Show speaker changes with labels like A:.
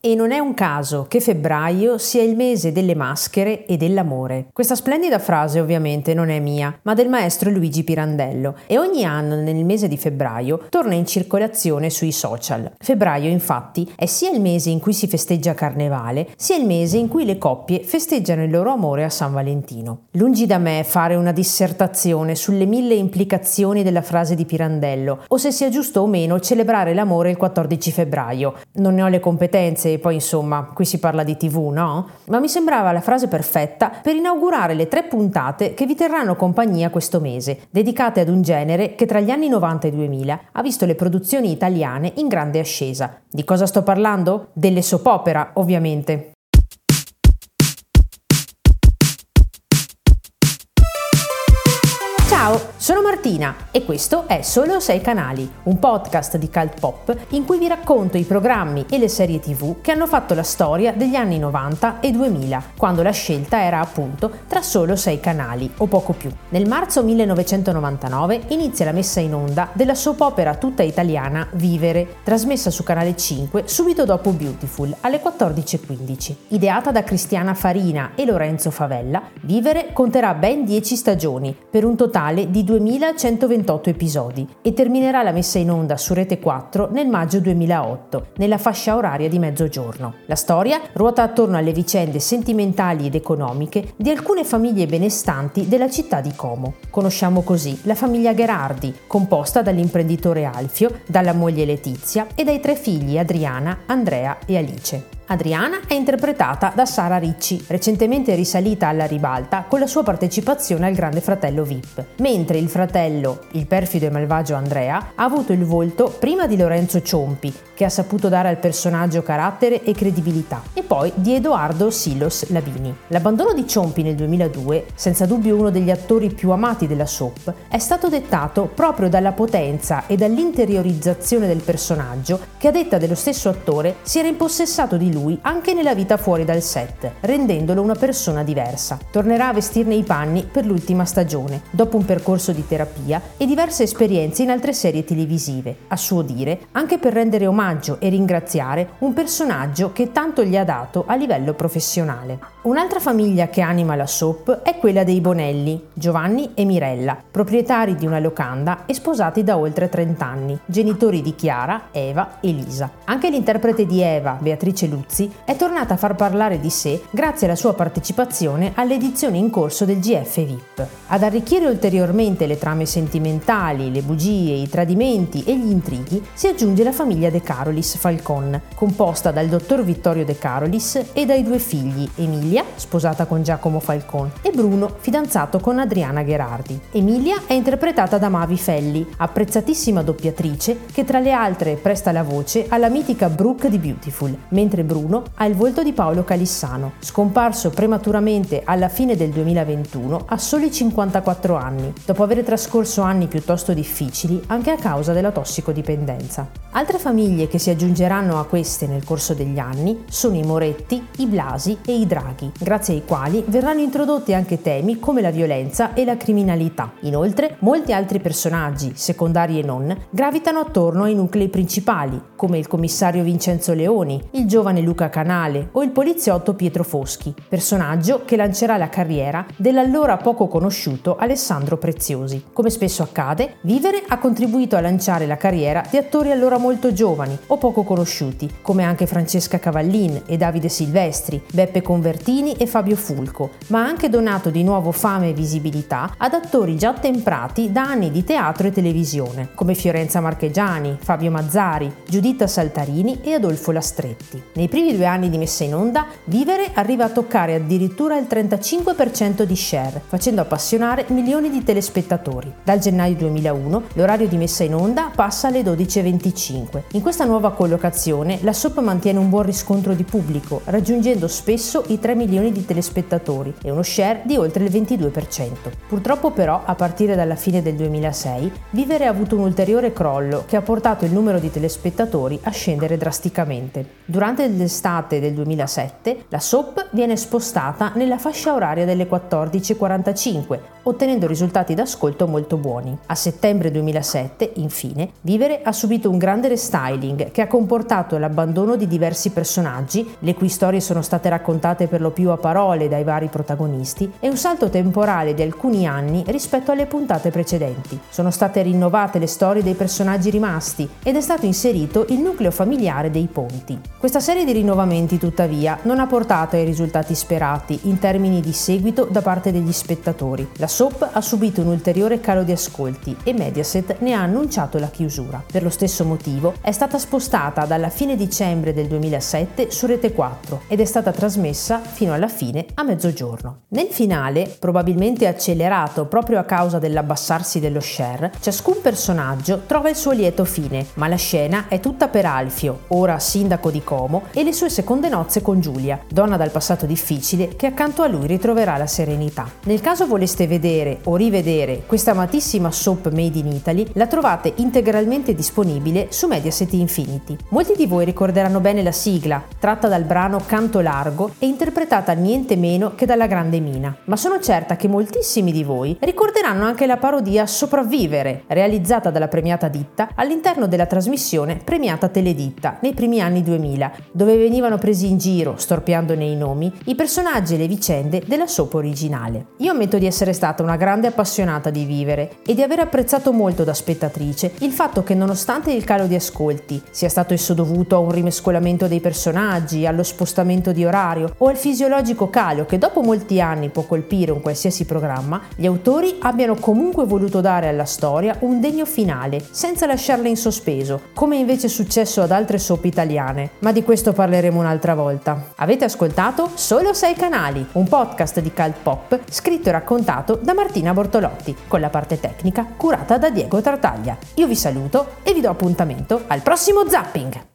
A: E non è un caso che febbraio sia il mese delle maschere e dell'amore. Questa splendida frase ovviamente non è mia, ma del maestro Luigi Pirandello, e ogni anno nel mese di febbraio torna in circolazione sui social. Febbraio infatti è sia il mese in cui si festeggia Carnevale, sia il mese in cui le coppie festeggiano il loro amore a San Valentino. Lungi da me fare una dissertazione sulle 1000 implicazioni della frase di Pirandello, o se sia giusto o meno celebrare l'amore il 14 febbraio. Non ne ho le competenze e poi insomma qui si parla di TV, no? Ma mi sembrava la frase perfetta per inaugurare le 3 puntate che vi terranno compagnia questo mese, dedicate ad un genere che tra gli anni 90 e 2000 ha visto le produzioni italiane in grande ascesa. Di cosa sto parlando? Delle soap opera, ovviamente. Ciao, sono Martina e questo è Solo 6 Canali, un podcast di Cult Pop in cui vi racconto i programmi e le serie TV che hanno fatto la storia degli anni 90 e 2000, quando la scelta era appunto tra solo 6 canali o poco più. Nel marzo 1999 inizia la messa in onda della soap opera tutta italiana Vivere, trasmessa su Canale 5 subito dopo Beautiful alle 14:15. Ideata da Cristiana Farina e Lorenzo Favella, Vivere conterà ben 10 stagioni per un totale di 2128 episodi e terminerà la messa in onda su Rete 4 nel maggio 2008, nella fascia oraria di mezzogiorno. La storia ruota attorno alle vicende sentimentali ed economiche di alcune famiglie benestanti della città di Como. Conosciamo così la famiglia Gherardi, composta dall'imprenditore Alfio, dalla moglie Letizia e dai 3 figli Adriana, Andrea e Alice. Adriana è interpretata da Sara Ricci, recentemente risalita alla ribalta con la sua partecipazione al Grande Fratello VIP, mentre il fratello, il perfido e malvagio Andrea, ha avuto il volto prima di Lorenzo Ciompi, che ha saputo dare al personaggio carattere e credibilità, e poi di Edoardo Silos Labini. L'abbandono di Ciompi nel 2002, senza dubbio uno degli attori più amati della soap, è stato dettato proprio dalla potenza e dall'interiorizzazione del personaggio che, a detta dello stesso attore, si era impossessato di lui anche nella vita fuori dal set, rendendolo una persona diversa. Tornerà a vestirne i panni per l'ultima stagione, dopo un percorso di terapia e diverse esperienze in altre serie televisive, a suo dire anche per rendere omaggio e ringraziare un personaggio che tanto gli ha dato a livello professionale. Un'altra famiglia che anima la soap è quella dei Bonelli, Giovanni e Mirella, proprietari di una locanda e sposati da oltre 30 anni, genitori di Chiara, Eva e Lisa. Anche l'interprete di Eva, Beatrice Luzzi, è tornata a far parlare di sé grazie alla sua partecipazione alle edizioni in corso del GF VIP. Ad arricchire ulteriormente le trame sentimentali, le bugie, i tradimenti e gli intrighi si aggiunge la famiglia De Carolis Falcon, composta dal dottor Vittorio De Carolis e dai 2 figli, Emilia, sposata con Giacomo Falcon, e Bruno, fidanzato con Adriana Gherardi. Emilia è interpretata da Mavi Felli, apprezzatissima doppiatrice che tra le altre presta la voce alla mitica Brooke di Beautiful, mentre Bruno ha il volto di Paolo Calissano, scomparso prematuramente alla fine del 2021 a soli 54 anni, dopo aver trascorso anni piuttosto difficili anche a causa della tossicodipendenza. Altre famiglie che si aggiungeranno a queste nel corso degli anni sono i Moretti, i Blasi e i Draghi, grazie ai quali verranno introdotti anche temi come la violenza e la criminalità. Inoltre, molti altri personaggi, secondari e non, gravitano attorno ai nuclei principali, come il commissario Vincenzo Leoni, il giovane Luca Canale o il poliziotto Pietro Foschi, personaggio che lancerà la carriera dell'allora poco conosciuto Alessandro Preziosi. Come spesso accade, Vivere ha contribuito a lanciare la carriera di attori allora molto giovani o poco conosciuti, come anche Francesca Cavallin e Davide Silvestri, Beppe Convertini e Fabio Fulco, ma ha anche donato di nuovo fame e visibilità ad attori già attemprati da anni di teatro e televisione, come Fiorenza Marchegiani, Fabio Mazzari, Giuditta Saltarini e Adolfo Lastretti. Nei primi 2 anni di messa in onda, Vivere arriva a toccare addirittura il 35% di share, facendo appassionare milioni di telespettatori. Dal gennaio 2001 l'orario di messa in onda passa alle 12:25. In questa nuova collocazione la soap mantiene un buon riscontro di pubblico, raggiungendo spesso i 3 milioni di telespettatori e uno share di oltre il 22%. Purtroppo però, a partire dalla fine del 2006, Vivere ha avuto un ulteriore crollo che ha portato il numero di telespettatori a scendere drasticamente. Durante l'estate del 2007, la soap viene spostata nella fascia oraria delle 14:45, ottenendo risultati d'ascolto molto buoni. A settembre 2007, infine, Vivere ha subito un grande restyling che ha comportato l'abbandono di diversi personaggi, le cui storie sono state raccontate per lo più a parole dai vari protagonisti, e un salto temporale di alcuni anni rispetto alle puntate precedenti. Sono state rinnovate le storie dei personaggi rimasti ed è stato inserito il nucleo familiare dei Ponti. Questa serie di rinnovamenti, tuttavia, non ha portato ai risultati sperati in termini di seguito da parte degli spettatori. La soap ha subito un ulteriore calo di ascolti e Mediaset ne ha annunciato la chiusura. Per lo stesso motivo è stata spostata dalla fine dicembre del 2007 su Rete 4 ed è stata trasmessa fino alla fine a mezzogiorno. Nel finale, probabilmente accelerato proprio a causa dell'abbassarsi dello share, ciascun personaggio trova il suo lieto fine, ma la scena è tutta per Alfio, ora sindaco di Como, e le sue seconde nozze con Giulia, donna dal passato difficile che accanto a lui ritroverà la serenità. Nel caso voleste vedere o rivedere questa amatissima soap made in Italy, la trovate integralmente disponibile su Mediaset Infinity. Molti di voi ricorderanno bene la sigla, tratta dal brano Canto Largo e interpretata niente meno che dalla grande Mina, ma sono certa che moltissimi di voi ricorderanno anche la parodia Sopravvivere, realizzata dalla premiata ditta all'interno della trasmissione premiata Teleditta nei primi anni 2000, dove venivano presi in giro, storpiandone i nomi, i personaggi e le vicende della soap originale. Io ammetto di essere stata una grande appassionata di Vivere e di aver apprezzato molto da spettatrice il fatto che, nonostante il calo di ascolti, sia stato esso dovuto a un rimescolamento dei personaggi, allo spostamento di orario o al fisiologico calo che dopo molti anni può colpire un qualsiasi programma, gli autori abbiano comunque voluto dare alla storia un degno finale, senza lasciarla in sospeso, come invece è successo ad altre soap italiane, ma di questo parleremo un'altra volta. Avete ascoltato Solo 6 canali, un podcast di cult pop scritto e raccontato da Martina Bortolotti, con la parte tecnica curata da Diego Tartaglia. Io vi saluto e vi do appuntamento al prossimo zapping!